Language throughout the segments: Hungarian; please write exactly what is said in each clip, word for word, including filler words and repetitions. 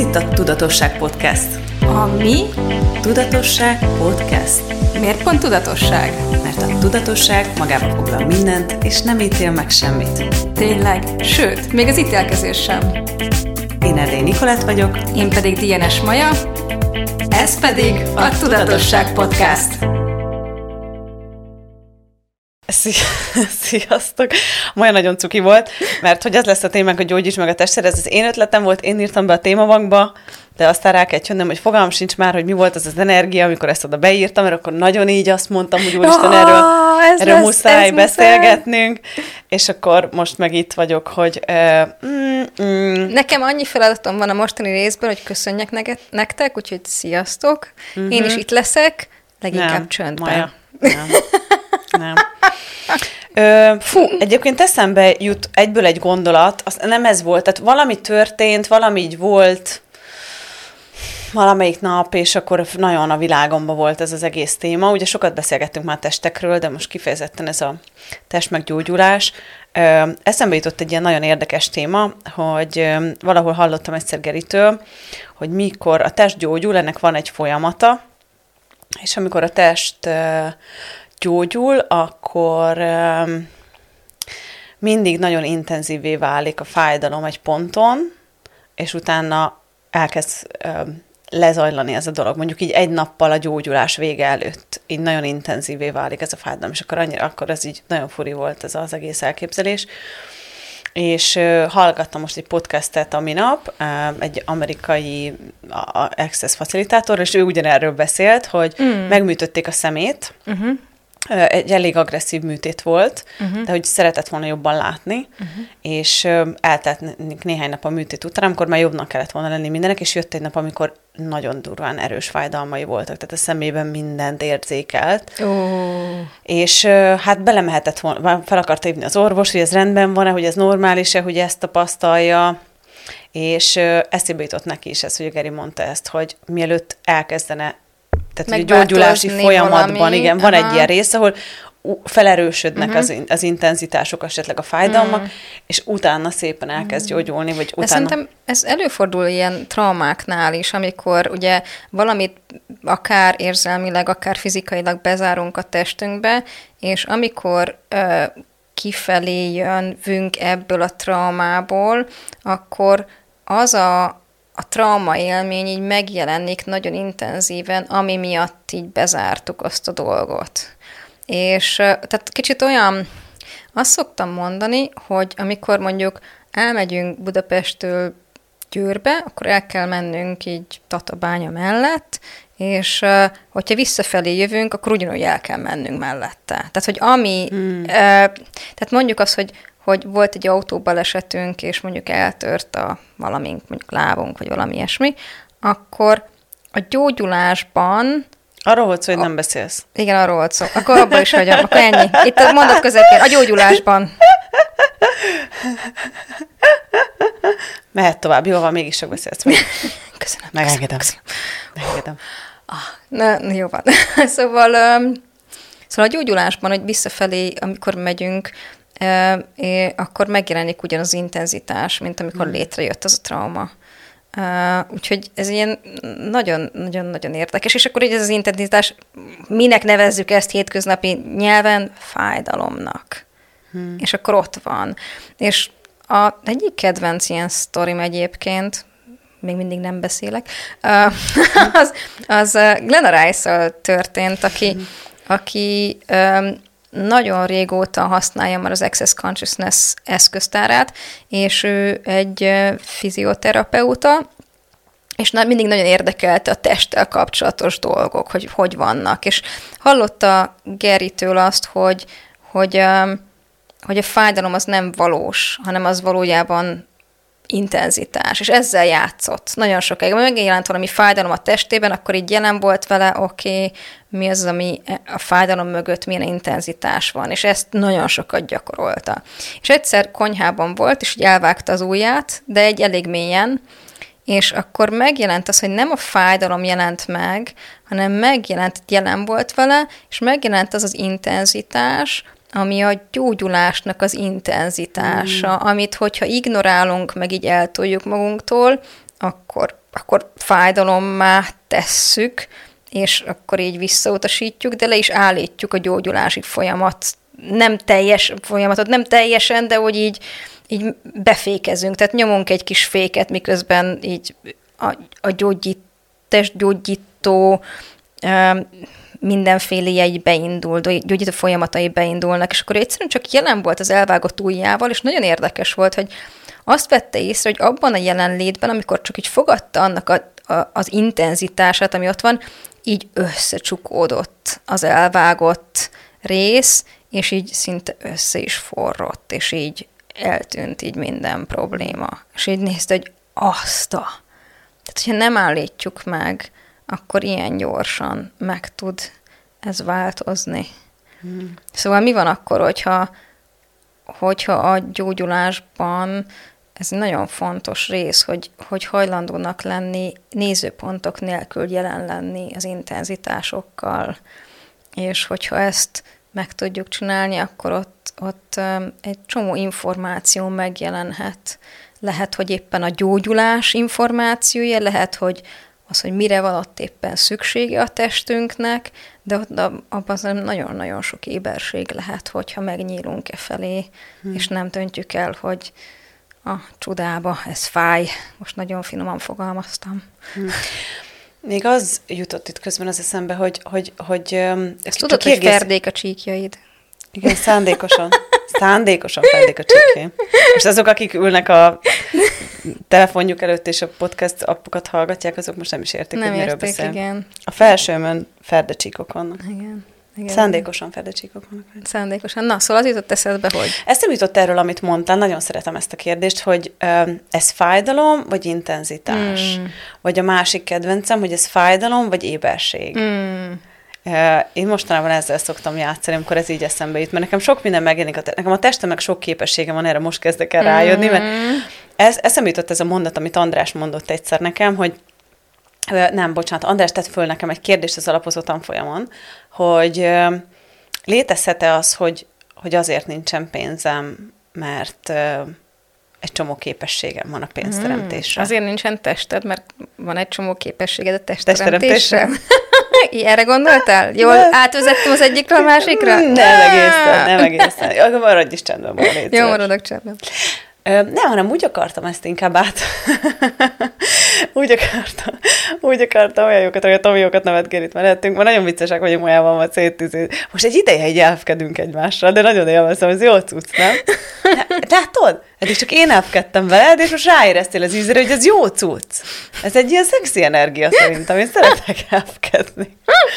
itt a Tudatosság Podcast. A mi? Tudatosság Podcast. Miért pont tudatosság? Mert a tudatosság magába foglal mindent, és nem ítél meg semmit. Tényleg? Sőt, még az ítélkezés sem. Én Erdély Nikolett vagyok. Én pedig dé en es Maja. Ez pedig a, a Tudatosság Podcast. Sziasztok! Maja nagyon cuki volt, mert hogy ez lesz a témánk, hogy gyógyíts meg a tested, ez az én ötletem volt, én írtam be a témabankba, de aztán rá kell jönnöm, hogy fogalmam sincs már, hogy mi volt az az energia, amikor ezt oda beírtam, mert akkor nagyon így azt mondtam, hogy úristen, erről, oh, erről lesz, muszáj beszélgetnünk, muszáj. És akkor most meg itt vagyok, hogy... Uh, mm, mm. Nekem annyi feladatom van a mostani részből, hogy köszönjek nektek, úgyhogy sziasztok, uh-huh. Én is itt leszek, leginkább nem, csöndben. Maja. Nem. Nem. Ö, fú, egyébként eszembe jut egyből egy gondolat, az nem ez volt, tehát valami történt, valami így volt valamelyik nap, és akkor nagyon a világomban volt ez az egész téma. Ugye sokat beszélgettünk már testekről, de most kifejezetten ez a testmeggyógyulás. Ö, eszembe jutott egy ilyen nagyon érdekes téma, hogy ö, valahol hallottam egyszer Geritől, hogy mikor a test gyógyul, ennek van egy folyamata, és amikor a test ö, gyógyul, akkor um, mindig nagyon intenzívé válik a fájdalom egy ponton, és utána elkezd um, lezajlani ez a dolog. Mondjuk így egy nappal a gyógyulás vége előtt így nagyon intenzívé válik ez a fájdalom, és akkor, annyira, akkor ez így nagyon furi volt ez az egész elképzelés. És uh, hallgattam most egy podcastet a minap, uh, egy amerikai uh, Access facilitátor, és ő ugyanerről beszélt, hogy mm. megműtötték a szemét, uh-huh. egy elég agresszív műtét volt, uh-huh. de hogy szeretett volna jobban látni, uh-huh. és eltelt néhány nap a műtét után, amikor már jobbnak kellett volna lenni mindenek, és jött egy nap, amikor nagyon durván erős fájdalmai voltak, tehát a szemében mindent érzékelt. Oh. És hát belemehetett volna, fel akarta hívni az orvos, hogy ez rendben van-e, hogy ez normális-e, hogy ezt tapasztalja, és eszébe jutott neki is ez, hogy a Geri mondta ezt, hogy mielőtt elkezdene tehát a gyógyulási folyamatban, valami. Igen, van Aha. egy ilyen rész, ahol felerősödnek uh-huh. az, az intenzitások, esetleg a fájdalmak, uh-huh. és utána szépen elkezd uh-huh. gyógyulni, vagy utána... Szerintem ez előfordul ilyen traumáknál is, amikor ugye valamit akár érzelmileg, akár fizikailag bezárunk a testünkbe, és amikor uh, kifelé jönvünk ebből a traumából, akkor az a a trauma élmény így megjelenik nagyon intenzíven, ami miatt így bezártuk azt a dolgot. És tehát kicsit olyan, azt szoktam mondani, hogy amikor mondjuk elmegyünk Budapesttől Győrbe, akkor el kell mennünk így Tatabánya mellett, és hogyha visszafelé jövünk, akkor ugyanúgy el kell mennünk mellette. Tehát, hogy ami, hmm. tehát mondjuk azt, hogy hogy volt egy autóbalesetünk, és mondjuk eltört a valamink, mondjuk lábunk, vagy valami ilyesmi, akkor a gyógyulásban... Arról volt szó, hogy a... nem beszélsz. Igen, arról volt szó. Akkor abban is hagyom. Akkor ennyi. Itt a mondat közepén. A gyógyulásban. Mehet tovább. Jó van, mégis sok beszélsz. Köszönöm. Megengedem. Köszönöm. Megengedem. Ah, na, jó van. szóval, um, szóval a gyógyulásban, hogy visszafelé, amikor megyünk, Uh, akkor megjelenik ugyanaz az intenzitás, mint amikor mm. létrejött az a trauma. Uh, úgyhogy ez ilyen nagyon-nagyon-nagyon érdekes. És akkor így ez az intenzitás, minek nevezzük ezt hétköznapi nyelven? Fájdalomnak. Mm. És akkor ott van. És a egyik kedvenc ilyen sztorim egyébként, még mindig nem beszélek, uh, az, az Glenna Rice-szal történt, aki, mm. aki um, nagyon régóta használja már az Access Consciousness eszköztárát, és ő egy fizioterapeuta, és mindig nagyon érdekelte a testtel kapcsolatos dolgok, hogy hogy vannak. És hallotta Geritől azt, hogy, hogy, hogy a fájdalom az nem valós, hanem az valójában intenzitás, és ezzel játszott nagyon sokáig. Ha megjelent valami fájdalom a testében, akkor így jelen volt vele, oké, okay, mi az, ami a fájdalom mögött milyen intenzitás van, és ezt nagyon sokat gyakorolta. És egyszer konyhában volt, és így elvágta az ujját, de egy elég mélyen, és akkor megjelent az, hogy nem a fájdalom jelent meg, hanem megjelent, jelen volt vele, és megjelent az az intenzitás, ami a gyógyulásnak az intenzitása, mm. amit hogyha ignorálunk, meg így eltoljuk magunktól, akkor akkor fájdalommá tesszük, és akkor így visszautasítjuk, de le is állítjuk a gyógyulási folyamat. Nem teljes folyamatot, nem teljesen, de hogy így, így befékezünk. Tehát nyomunk egy kis féket, miközben így a, a gyógyít, testgyógyító mindenféléjei beindul, gyógyító folyamatai beindulnak, és akkor egyszerűen csak jelen volt az elvágott ujjával, és nagyon érdekes volt, hogy azt vette észre, hogy abban a jelenlétben, amikor csak így fogadta annak a, a, az intenzitását, ami ott van, így összecsukódott az elvágott rész, és így szinte össze is forrott, és így eltűnt így minden probléma. És így nézte, hogy azt a... Tehát, hogyha nem állítjuk meg, akkor ilyen gyorsan meg tud ez változni. Hmm. Szóval mi van akkor, hogyha, hogyha a gyógyulásban ez nagyon fontos rész, hogy, hogy hajlandónak lenni, nézőpontok nélkül jelen lenni az intenzitásokkal, és hogyha ezt meg tudjuk csinálni, akkor ott, ott egy csomó információ megjelenhet. Lehet, hogy éppen a gyógyulás információja, lehet, hogy az, hogy mire van ott éppen szüksége a testünknek, de ott abban nagyon-nagyon sok éberség lehet, hogyha megnyílunk e felé, hmm. és nem döntjük el, hogy a csodába ez fáj. Most nagyon finoman fogalmaztam. Hmm. Még az jutott itt közben az eszembe, hogy... hogy, hogy ezt tudod, hogy kiegész... ferdék a csíkjaid. Igen, szándékosan. Szándékosan ferdék a csíkjaid. És azok, akik ülnek a telefonjuk előtt és a podcast appokat hallgatják, azok most nem is értik, nem hogy miről érték, beszél. Igen. A felsőmön ferdecsíkok vannak. Igen. Igen. Szándékosan ferdecsíkok vannak. Szándékosan. Na, szóval az jutott eszedbe, hogy? Ezt nem jutott erről, amit mondtál, nagyon szeretem ezt a kérdést, hogy um, ez fájdalom, vagy intenzitás? Mm. Vagy a másik kedvencem, hogy ez fájdalom, vagy éberség? Mm. Uh, én mostanában ezzel szoktam játszani, amikor ez így eszembe jut, mert nekem sok minden megjelenik, a te- nekem a testemnek sok képessége van, erre most kezdek el rájönni, mm. mert ez, eszembe jutott ez a mondat, amit András mondott egyszer nekem, hogy nem, bocsánat, András tett föl nekem egy kérdést az alapozó tanfolyamon, hogy létezhet-e az, hogy, hogy azért nincsen pénzem, mert egy csomó képességem van a pénzteremtésre. Hmm, azért nincsen tested, mert van egy csomó képességed a testteremtésre. Erre gondoltál? Jól nem. Átvezettem az egyikről a másikra? Nem egészen, nem egészen. Akkor maradj is csendben, Móra. Jó, maradok csendben. Nem, hanem úgy akartam ezt inkább át. úgy akartam, úgy akartam olyan jókat, olyan Tomi jókat nevetgél itt mellettünk, mert nagyon viccesek vagyunk majában, majd széttűző. Most egy ideje így elfkedünk egymással, de nagyon élvezem, ez jó cucc, nem? Látod? Eddig csak én elfkedtem veled, és most ráéreztél az ízre, hogy ez jó cucc. Ez egy ilyen szexi energia szerintem, én szeretek elfkedni.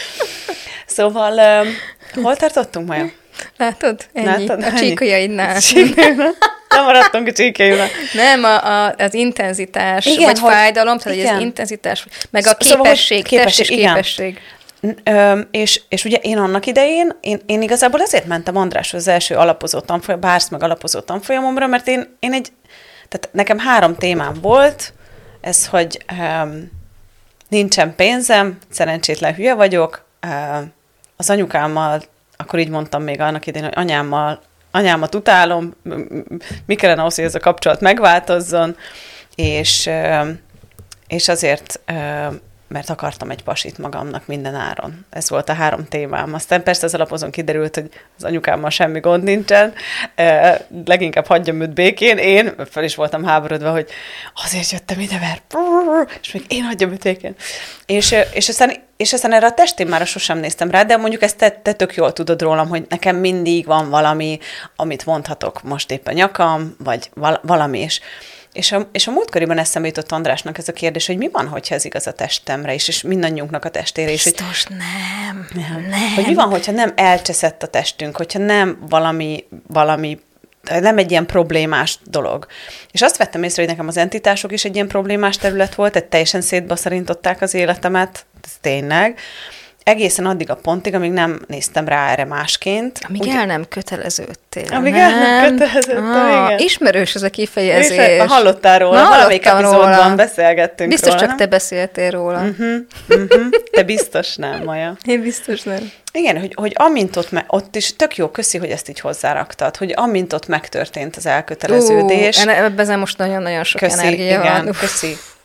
Szóval, um, hol tartottunk, Maja? Látod? Ennyi. Látod? A csíkjaidnál. Nem maradtunk a csíkjaidnál. Nem, a, a, az intenzitás, igen, vagy hogy, fájdalom, tehát igen. Az intenzitás, meg a szóval, képesség, képesség, testes képesség. Ö, és, és ugye én annak idején, én, én igazából azért mentem Andráshoz az első alapozó tanfolyam, bársz meg alapozó tanfolyamomra, mert én, én egy, tehát nekem három témám volt, ez, hogy um, nincsen pénzem, szerencsétlen hülye vagyok, uh, az anyukámmal, akkor így mondtam még annak idején, hogy anyámmal, anyámat utálom, mi kellene ahhoz, hogy ez a kapcsolat megváltozzon, és, és azért, mert akartam egy pasit magamnak minden áron. Ez volt a három témám. Aztán persze az alapozón kiderült, hogy az anyukámmal semmi gond nincsen, leginkább hagyjam őt békén. Én fel is voltam háborodva, hogy azért jöttem ide, mert és még én hagyjam őt békén. És, és, aztán, és aztán erre a testtémára sosem néztem rá, de mondjuk ezt te, te tök jól tudod rólam, hogy nekem mindig van valami, amit mondhatok, most éppen nyakam, vagy val- valami is. És a, és a múltkoriban eszembe jutott Andrásnak ez a kérdés, hogy mi van, hogyha ez igaz a testemre is, és mindannyiunknak a testére is. Biztos hogy, nem, nem. nem. Hogy mi van, hogyha nem elcseszett a testünk, hogyha nem valami, valami, nem egy ilyen problémás dolog. És azt vettem észre, hogy nekem az entitások is egy ilyen problémás terület volt, tehát teljesen szétbaszarintották az életemet, ez tényleg. Egészen addig a pontig, amíg nem néztem rá erre másként. Amíg el nem köteleződtél. Amíg el nem köteleződtem, ah, igen. Ismerős ez a kifejezés. Ismer, hallottál róla, valamelyik epizódban beszélgettünk biztos róla. Biztos csak te beszéltél róla. Uh-huh, uh-huh. Te biztos nem, Maja. Én biztos nem. Igen, hogy, hogy amint ott, me- ott is tök jó, köszi, hogy ezt így hozzáraktad, hogy amint ott megtörtént az elköteleződés. Ú, ebben most nagyon-nagyon sok köszi, energia igen, van. Köszi.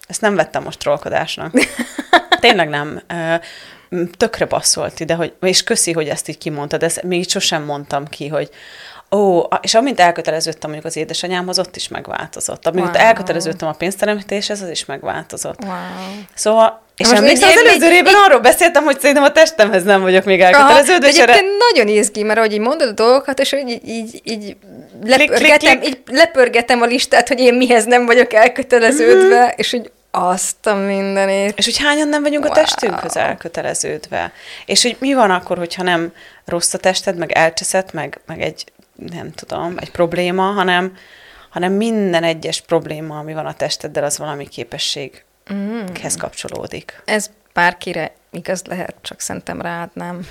Ezt nem vettem most trollkodásnak. Tényleg nem. Tökre passzolt ide, hogy, és köszi, hogy ezt így kimondtad, ezt még így sosem mondtam ki, hogy ó, és amint elköteleződtem mondjuk az édesanyámhoz, ott is megváltozott. Amint wow. elköteleződtem a pénzteremtéshez, az is megváltozott. Wow. Szóval, és emlékszem, az előző évben arról beszéltem, hogy szerintem a testemhez nem vagyok még elköteleződve. Egyébként erre... nagyon izgi, mert ahogy így mondod a dolgokat, és így, így, így, lepörgetem, így lepörgetem a listát, hogy én mihez nem vagyok elköteleződve, mm. és hogy azt a mindenét. És hogy hányan nem vagyunk wow. a testünkhöz elköteleződve. És hogy mi van akkor, hogyha nem rossz a tested, meg elcseszett, meg, meg egy, nem tudom, egy probléma, hanem, hanem minden egyes probléma, ami van a testeddel, az valami képességhez mm. kapcsolódik. Ez bárkire igaz lehet, csak szerintem rád nem.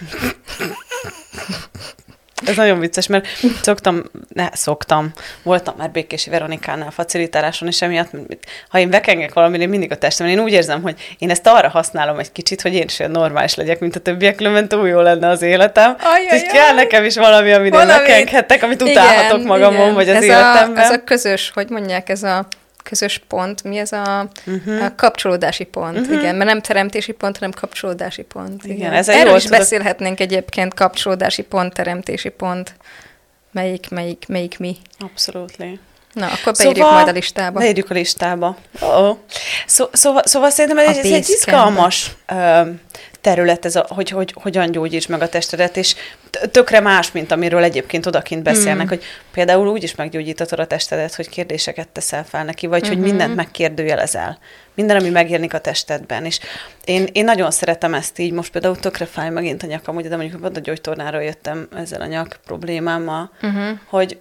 Ez nagyon vicces, mert szoktam, ne, szoktam, voltam már Békési Veronikánál facilitáláson, és emiatt, ha én vekengek valamire, én mindig a testem, én úgy érzem, hogy én ezt arra használom egy kicsit, hogy én is olyan normális legyek, mint a többiek, különben túl jó lenne az életem. Úgyhogy kell nekem is valami, amire vekenghetek, amit utálhatok igen, magamon, igen. vagy az ez életemben. A, ez a közös, hogy mondják, ez a közös pont, mi ez a, uh-huh. a kapcsolódási pont, uh-huh. igen, mert nem teremtési pont, hanem kapcsolódási pont. Igen, igen. Ez erről is tudod... beszélhetnénk egyébként, kapcsolódási pont, teremtési pont, melyik, melyik, melyik mi. Abszolút. Na, akkor beírjuk szóval, majd a listába. Beírjuk a listába. Oh. Szó, szóval, szóval szerintem ez, ez egy izgalmas uh, terület, ez a, hogy, hogy hogyan gyógyíts meg a testedet, és tökre más, mint amiről egyébként odakint beszélnek, mm. hogy például úgy is meggyógyítatod a testedet, hogy kérdéseket teszel fel neki, vagy mm-hmm. hogy mindent megkérdőjelezel. Minden, ami megjelenik a testedben. És én, én nagyon szeretem ezt így, most például tökre fáj megint a nyakam, ugye, de mondjuk a gyógytornáról jöttem ezzel a nyak problémámmal, mm-hmm. hogy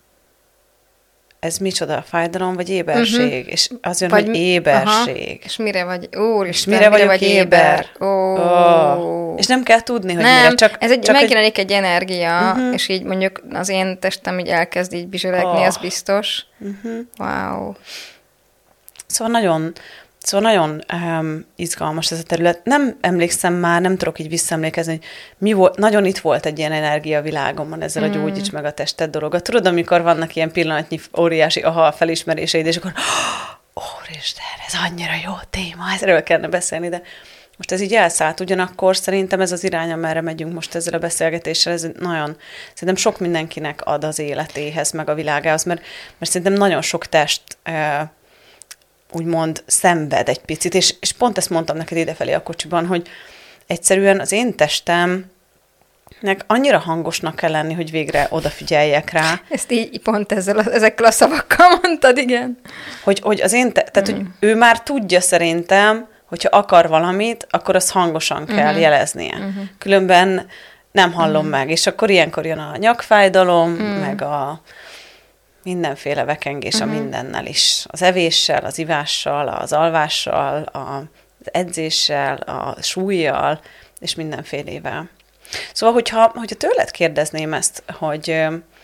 ez micsoda, fájdalom vagy éberség? Uh-huh. És az jön, vagy, hogy éberség. Aha. És mire vagy, úristen, mire, mire vagy éber? éber? Oh. Oh. És nem kell tudni, hogy nem, mire. Csak, ez egy, csak megjelenik egy, egy energia, uh-huh. és így mondjuk az én testem így elkezd így bizseregni, oh. az biztos. Uh-huh. Wow. Szóval nagyon... Szóval nagyon um, izgalmas ez a terület. Nem emlékszem már, nem tudok így visszaemlékezni, hogy mi volt, nagyon itt volt egy ilyen energia világomban ezzel mm. a gyógyíts meg a tested dolog. Tudod, amikor vannak ilyen pillanatnyi óriási aha felismeréseid, és akkor úristen, ez annyira jó téma, ezről kellene beszélni, de most ez így elszállt. Ugyanakkor szerintem ez az irány, amerre megyünk most ezzel a beszélgetéssel, ez nagyon, szerintem sok mindenkinek ad az életéhez, meg a világához, mert, mert szerintem nagyon sok test uh, úgymond szenved egy picit, és, és pont ezt mondtam neked idefelé a kocsiban, hogy egyszerűen az én testemnek annyira hangosnak kell lenni, hogy végre odafigyeljek rá. Ezt így pont ezzel, ezekkel a szavakkal mondtad, igen. Hogy, hogy az én, te, tehát, mm. hogy ő már tudja szerintem, hogyha akar valamit, akkor azt hangosan kell mm-hmm. jeleznie. Mm-hmm. Különben nem hallom mm. meg, és akkor ilyenkor jön a nyakfájdalom, mm. meg a mindenféle vekengés uh-huh. a mindennel is. Az evéssel, az ivással, az alvással, az edzéssel, a súlyjal, és mindenfélével. Szóval, hogyha, hogyha tőled kérdezném ezt, hogy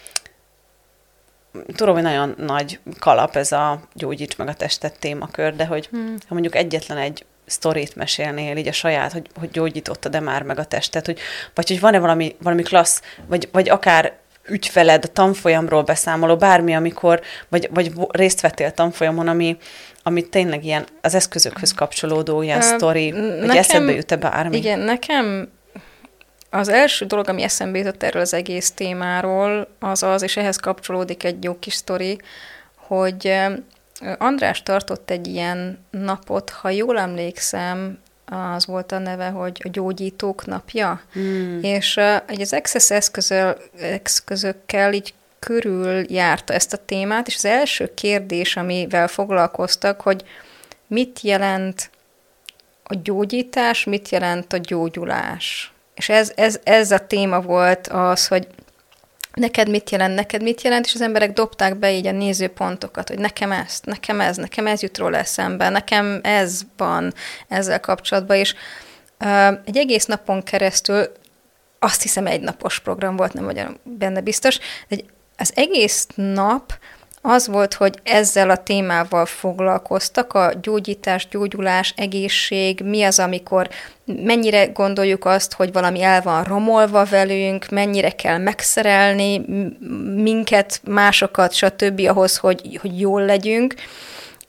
tudom, hogy nagyon nagy kalap ez a gyógyíts meg a testet témakör, de hogy hmm. ha mondjuk egyetlen egy sztorit mesélnél, így a saját, hogy, hogy gyógyítottad-e már meg a testet, hogy, vagy hogy van-e valami, valami klassz, vagy, vagy akár ügyfeled, a tanfolyamról beszámoló, bármi, amikor, vagy, vagy részt vettél tanfolyamon, ami, ami tényleg ilyen az eszközökhöz kapcsolódó ilyen uh, sztori, nekem, vagy eszembe jut-e bármi? Igen, nekem az első dolog, ami eszembe jutott erről az egész témáról, az az, és ehhez kapcsolódik egy jó kis sztori, hogy András tartott egy ilyen napot, ha jól emlékszem, az volt a neve, hogy a gyógyítók napja, hmm. és uh, az Access eszközöl, eszközökkel így körül járta ezt a témát, és az első kérdés, amivel foglalkoztak, hogy mit jelent a gyógyítás, mit jelent a gyógyulás. És ez, ez, ez a téma volt az, hogy neked mit jelent, neked mit jelent, és az emberek dobták be így a nézőpontokat, hogy nekem ezt, nekem ez, nekem ez jut róla eszembe, nekem ez van ezzel kapcsolatban, és uh, egy egész napon keresztül, azt hiszem egy napos program volt, nem vagyok benne biztos, de az egész nap az volt, hogy ezzel a témával foglalkoztak, a gyógyítás, gyógyulás, egészség, mi az, amikor mennyire gondoljuk azt, hogy valami el van romolva velünk, mennyire kell megszerelni minket, másokat, stb. Ahhoz, hogy, hogy jól legyünk.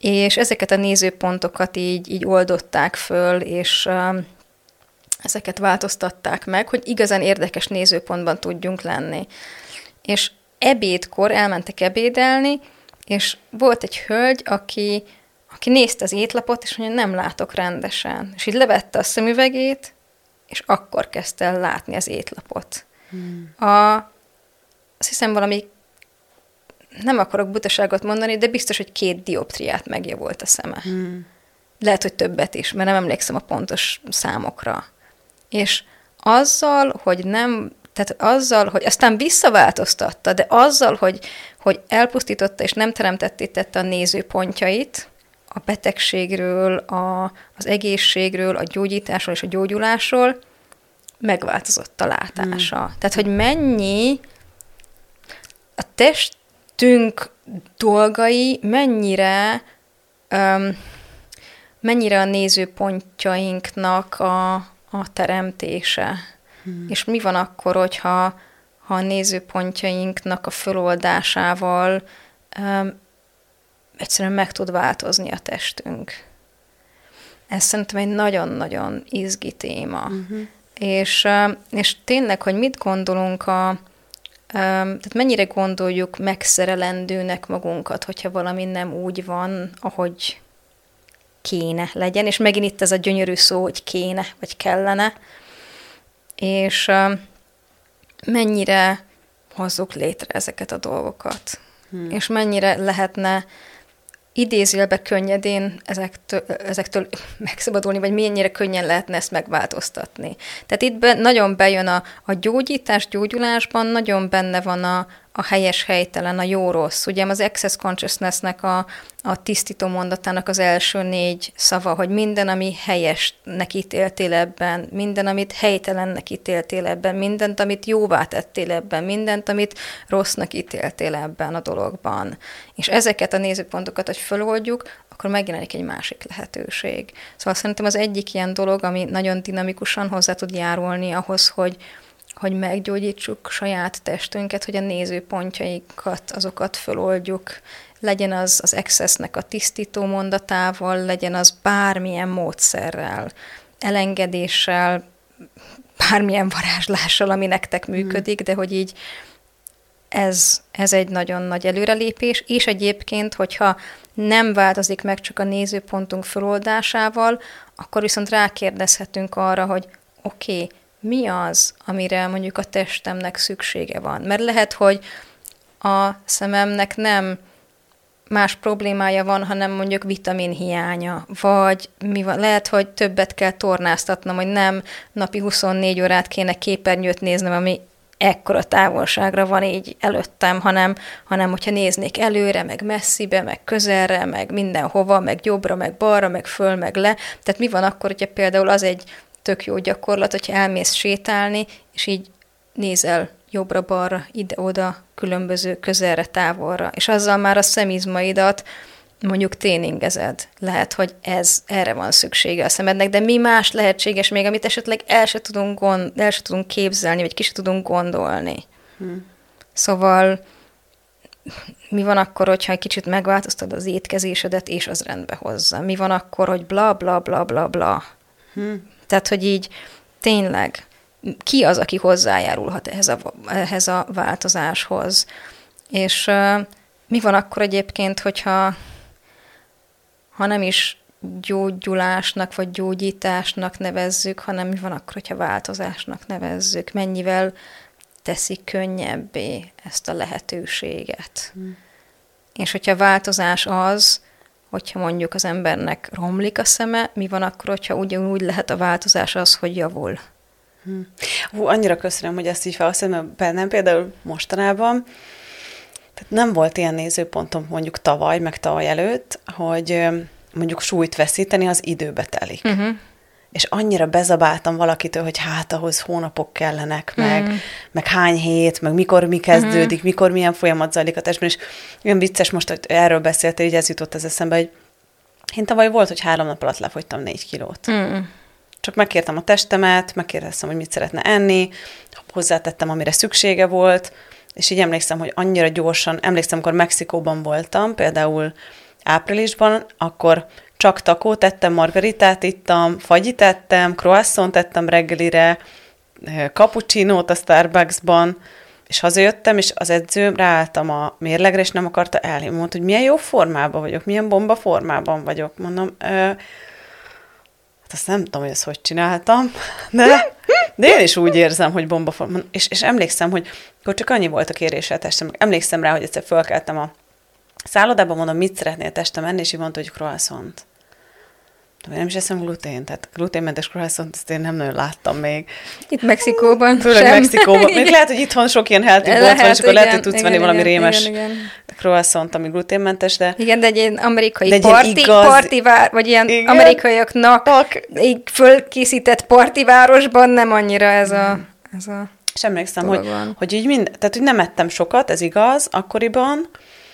és ezeket a nézőpontokat így, így oldották föl, és um, ezeket változtatták meg, hogy igazán érdekes nézőpontban tudjunk lenni. És ebédkor elmentek ebédelni, és volt egy hölgy, aki, aki nézte az étlapot, és mondja, nem látok rendesen. És így levette a szemüvegét, és akkor kezdte el látni az étlapot. Hmm. A, azt hiszem valami, nem akarok butaságot mondani, de biztos, hogy két dioptriát megjavult a szeme. Hmm. Lehet, hogy többet is, mert nem emlékszem a pontos számokra. És azzal, hogy nem, tehát azzal, hogy aztán visszaváltoztatta, de azzal, hogy, hogy elpusztította és nem teremtettítette a nézőpontjait a betegségről, a, az egészségről, a gyógyításról és a gyógyulásról, megváltozott a látása. Hmm. Tehát, hogy mennyi a testünk dolgai, mennyire, um, mennyire a nézőpontjainknak a, a teremtése. Hmm. És mi van akkor, hogyha ha a nézőpontjainknak a föloldásával um, egyszerűen meg tud változni a testünk. Ez szerintem egy nagyon-nagyon izgi téma. Uh-huh. És, és tényleg, hogy mit gondolunk a... Tehát mennyire gondoljuk megszerelendőnek magunkat, hogyha valami nem úgy van, ahogy kéne legyen. És megint itt ez a gyönyörű szó, hogy kéne, vagy kellene. És mennyire hozzuk létre ezeket a dolgokat. Hmm. És mennyire lehetne idézőjelben könnyedén ezektől, ezektől megszabadulni, vagy mennyire könnyen lehetne ezt megváltoztatni. Tehát itt be, nagyon bejön a, a gyógyítás, gyógyulásban, nagyon benne van a, a helyes, helytelen, a jó-rossz. Ugye az Access Consciousness-nek a, a tisztító mondatának az első négy szava, hogy minden, ami helyesnek ítéltél ebben, minden, amit helytelennek ítéltél ebben, mindent, amit jóvá tettél ebben, mindent, amit rossznak ítéltél ebben a dologban. És ezeket a nézőpontokat, hogy feloldjuk, akkor megjelenik egy másik lehetőség. Szóval szerintem az egyik ilyen dolog, ami nagyon dinamikusan hozzá tud járulni ahhoz, hogy hogy meggyógyítsuk saját testünket, hogy a nézőpontjaikat, azokat föloldjuk, legyen az az Access-nek a tisztító mondatával, legyen az bármilyen módszerrel, elengedéssel, bármilyen varázslással, ami nektek működik, de hogy így ez, ez egy nagyon nagy előrelépés, és egyébként, hogyha nem változik meg csak a nézőpontunk föloldásával, akkor viszont rákérdezhetünk arra, hogy oké, okay, mi az, amire mondjuk a testemnek szüksége van. Mert lehet, hogy a szememnek nem más problémája van, hanem mondjuk vitaminhiánya, vagy mi van, lehet, hogy többet kell tornáztatnom, hogy nem napi huszonnégy órát kéne képernyőt néznem, ami ekkora távolságra van így előttem, hanem, hanem hogyha néznék előre, meg messzibe, meg közelre, meg mindenhova, meg jobbra, meg balra, meg föl, meg le. Tehát mi van akkor, hogyha például az egy tök jó gyakorlat, hogyha elmész sétálni, és így nézel jobbra-balra, ide-oda, különböző közelre, távolra, és azzal már a szemizmaidat mondjuk tréningezed. Lehet, hogy ez, erre van szüksége a szemednek, de mi más lehetséges még, amit esetleg el se tudunk, gond, el se tudunk képzelni, vagy ki se tudunk gondolni. Hmm. Szóval mi van akkor, hogyha egy kicsit megváltoztad az étkezésedet, és az rendbe hozza? Mi van akkor, hogy bla, bla, bla, bla, bla? Hmm. Tehát, hogy így tényleg ki az, aki hozzájárulhat ehhez a, ehhez a változáshoz. És uh, mi van akkor egyébként, hogyha ha nem is gyógyulásnak vagy gyógyításnak nevezzük, hanem mi van akkor, hogyha változásnak nevezzük? Mennyivel teszi könnyebbé ezt a lehetőséget? Hmm. És hogyha változás az, hogyha mondjuk az embernek romlik a szeme, mi van akkor, hogyha ugyanúgy lehet a változás az, hogy javul? Hmm. Hú, annyira köszönöm, hogy ezt így felhasználom, mert bennem például mostanában tehát nem volt ilyen nézőpontom mondjuk tavaly, meg tavaly előtt, hogy mondjuk súlyt veszíteni az időbe telik. Uh-huh. És annyira bezabáltam valakitől, hogy hát ahhoz hónapok kellenek, meg, uh-huh. meg hány hét, meg mikor mi kezdődik, uh-huh. mikor milyen folyamat zajlik a testben, és olyan vicces most, hogy erről beszéltél, így ez jutott az eszembe, hogy én tavaly volt, hogy három nap alatt lefogytam négy kilót. Uh-huh. Csak megkértem a testemet, megkérdeztem, hogy mit szeretne enni, hozzátettem, amire szüksége volt, és így emlékszem, hogy annyira gyorsan, emlékszem, amikor Mexikóban voltam, például áprilisban, akkor csak takót ettem, margaritát ittam, fagyit ettem, croissant ettem reggelire, cappuccinót a Starbucksban, és hazajöttem, és az edzőm ráálltam a mérlegre, és nem akarta elhinni. Mondta, hogy milyen jó formában vagyok, milyen bomba formában vagyok. Mondom, ö, hát azt nem tudom, hogy ezt hogy csináltam, de, de én is úgy érzem, hogy bomba formában. És, és emlékszem, hogy akkor csak annyi volt a kérése a testem. Emlékszem rá, hogy egyszer fölkeltem a szállodában, mondom, mit szeretnél testem enni, és így mondta, hogy croissant. De nem is eszem glutén, tehát gluténmentes croissant, ezt én nem nagyon láttam még. Itt Mexikóban Főleg sem. Mexikóban. Még lehet, hogy itthon sok ilyen healthy bolt van, és akkor lehet, hogy tudsz igen, venni igen, valami igen, rémes igen, igen. croissant, ami gluténmentes, de... Igen, de egy ilyen amerikai parti, igaz... partivár, vagy ilyen igen. amerikaiaknak Ak. így fölkészített partivárosban nem annyira ez a... Ez a és emlékszem, hogy, hogy így mind, tehát hogy nem ettem sokat, ez igaz, akkoriban,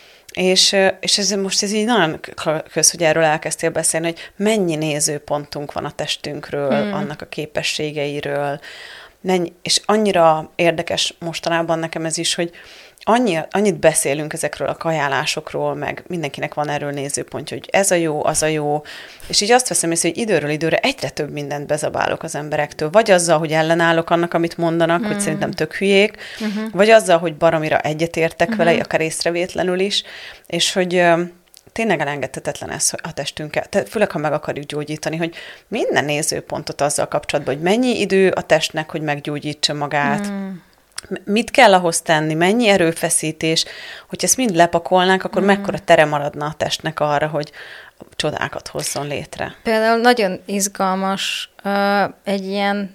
És, és ez most ez így nagyon köz, hogy erről elkezdtél beszélni, hogy mennyi nézőpontunk van a testünkről, hmm. annak a képességeiről, mennyi, és annyira érdekes mostanában nekem ez is, hogy annyi, annyit beszélünk ezekről a kajálásokról, meg mindenkinek van erről nézőpontja, hogy ez a jó, az a jó, és így azt veszem észre, hogy időről időre egyre több mindent bezabálok az emberektől, vagy azzal, hogy ellenállok annak, amit mondanak, mm. hogy szerintem tök hülyék, uh-huh. vagy azzal, hogy baromira egyetértek uh-huh. vele, akár észrevétlenül is, és hogy ö, tényleg elengedhetetlen ez a testünkkel, tehát főleg, ha meg akarjuk gyógyítani, hogy minden nézőpontot azzal kapcsolatban, hogy mennyi idő a testnek, hogy meggyógyítsa magát, mm. mit kell ahhoz tenni, mennyi erőfeszítés, hogy ezt mind lepakolnánk, akkor mm. mekkora tere maradna a testnek arra, hogy csodákat hozzon létre. Például nagyon izgalmas uh, egy ilyen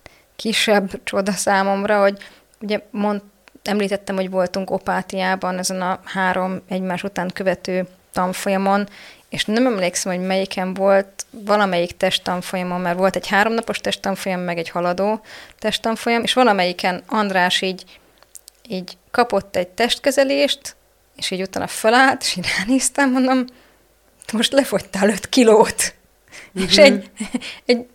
kisebb csoda számomra, hogy ugye mond, említettem, hogy voltunk Opátiában ezen a három egymás után követő tanfolyamon, és nem emlékszem, hogy melyiken volt, valamelyik testtanfolyamon, mert volt egy háromnapos testtanfolyam, meg egy haladó testtanfolyam, és valamelyiken András így, így kapott egy testkezelést, és így utána felállt, és így ránéztem, mondom, most lefogytál öt kilót. Mm-hmm. És egy, egy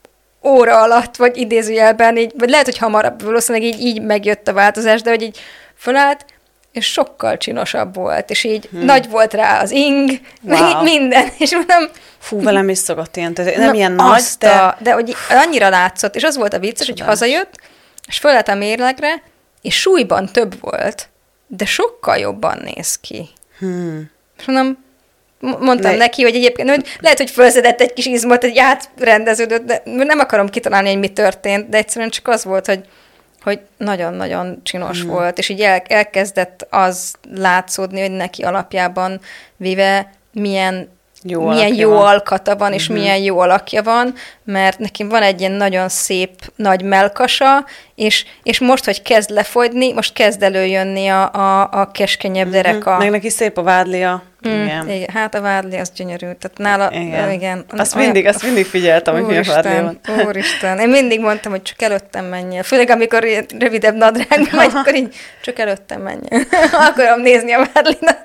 óra alatt, vagy idézőjelben, így, vagy lehet, hogy hamarabb, valószínűleg így, így megjött a változás, de hogy így felállt, és sokkal csinosabb volt, és így hmm. nagy volt rá az ing, wow. meg így minden, és mondom... Fú, velem is szokott ilyen, tehát nem ilyen nagy, de... A, de hogy annyira látszott, és az volt a vicces, hogy hazajött, és fölállt a mérlegre, és súlyban több volt, de sokkal jobban néz ki. Hmm. És mondom, mondtam Le... neki, hogy egyébként hogy lehet, hogy fölszedett egy kis izmot, egy átrendeződött, de nem akarom kitalálni, hogy mi történt, de egyszerűen csak az volt, hogy hogy nagyon-nagyon csinos hmm. volt, és így el, elkezdett az látszódni, hogy neki alapjában véve milyen jó, milyen jó van. alkata van, és uh-huh. milyen jó alakja van, mert neki van egy ilyen nagyon szép nagy melkasa, és, és most, hogy kezd lefogyni, most kezd előjönni a, a, a keskenyebb uh-huh. dereka. Meg neki szép a vádlia. Mm, igen. igen. Hát a vádli az gyönyörű. Tehát nála, igen. igen azt, olyan, mindig, azt mindig figyeltem, hogy milyen vádli van. Úristen, én mindig mondtam, hogy csak előttem menjél. Főleg, amikor rövidebb nadrág vagy, akkor így csak előttem menjél. Akarom nézni a vádlinat.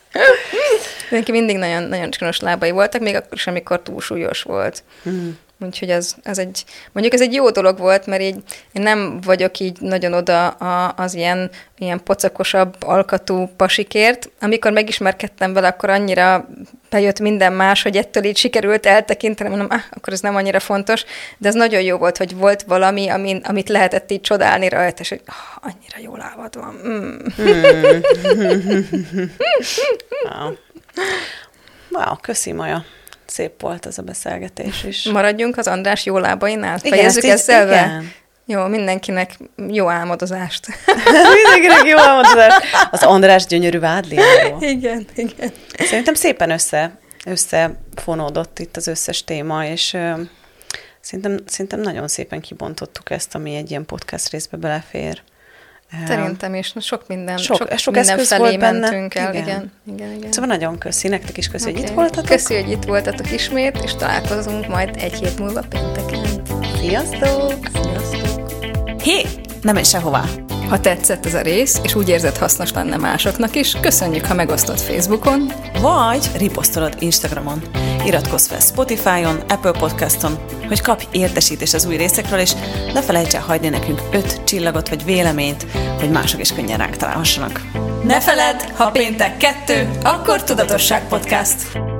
Neki mindig nagyon, nagyon csinos lábai voltak, még akkor is, amikor túlsúlyos volt. Mm. Úgyhogy ez, ez egy, mondjuk ez egy jó dolog volt, mert így én nem vagyok így nagyon oda a, az ilyen, ilyen pocakosabb alkatú pasikért. Amikor megismerkedtem vele, akkor annyira bejött minden más, hogy ettől így sikerült eltekinteni, mondom, ah, akkor ez nem annyira fontos, de ez nagyon jó volt, hogy volt valami, amin, amit lehetett így csodálni rajta, és hogy oh, annyira jó lábad van. Mm. Mm. wow. wow, köszi Maja. Szép volt ez a beszélgetés is. Maradjunk az András jó lábainál? Fejezzük ezzel be? Jó, mindenkinek jó álmodozást. Mindenkinek jó álmodozást. Az András gyönyörű vádliáról. Igen, igen. Szerintem szépen össze, összefonódott itt az összes téma, és uh, szerintem, szerintem nagyon szépen kibontottuk ezt, ami egy ilyen podcast részbe belefér. Szerintem is, sok minden, sok, sok, sok minden eszköz felé volt benne. mentünk el. Igen. Igen, igen, igen. Szóval nagyon köszi, nektek is köszi, okay. hogy itt voltatok. Köszi, hogy itt voltatok ismét, és találkozunk majd egy hét múlva pénteken. Sziasztok! Sziasztok! Hé, nem menj sehová! Ha tetszett ez a rész, és úgy érzed hasznos lenne másoknak is, köszönjük, ha megosztod Facebookon, vagy riposztolod Instagramon. Iratkozz fel Spotify-on, Apple Podcaston, hogy kapj értesítést az új részekről, és ne felejts el hagyni nekünk öt csillagot vagy véleményt, hogy mások is könnyen ránk találhassanak. Ne feledd, ha péntek kettő, akkor Tudatosság Podcast.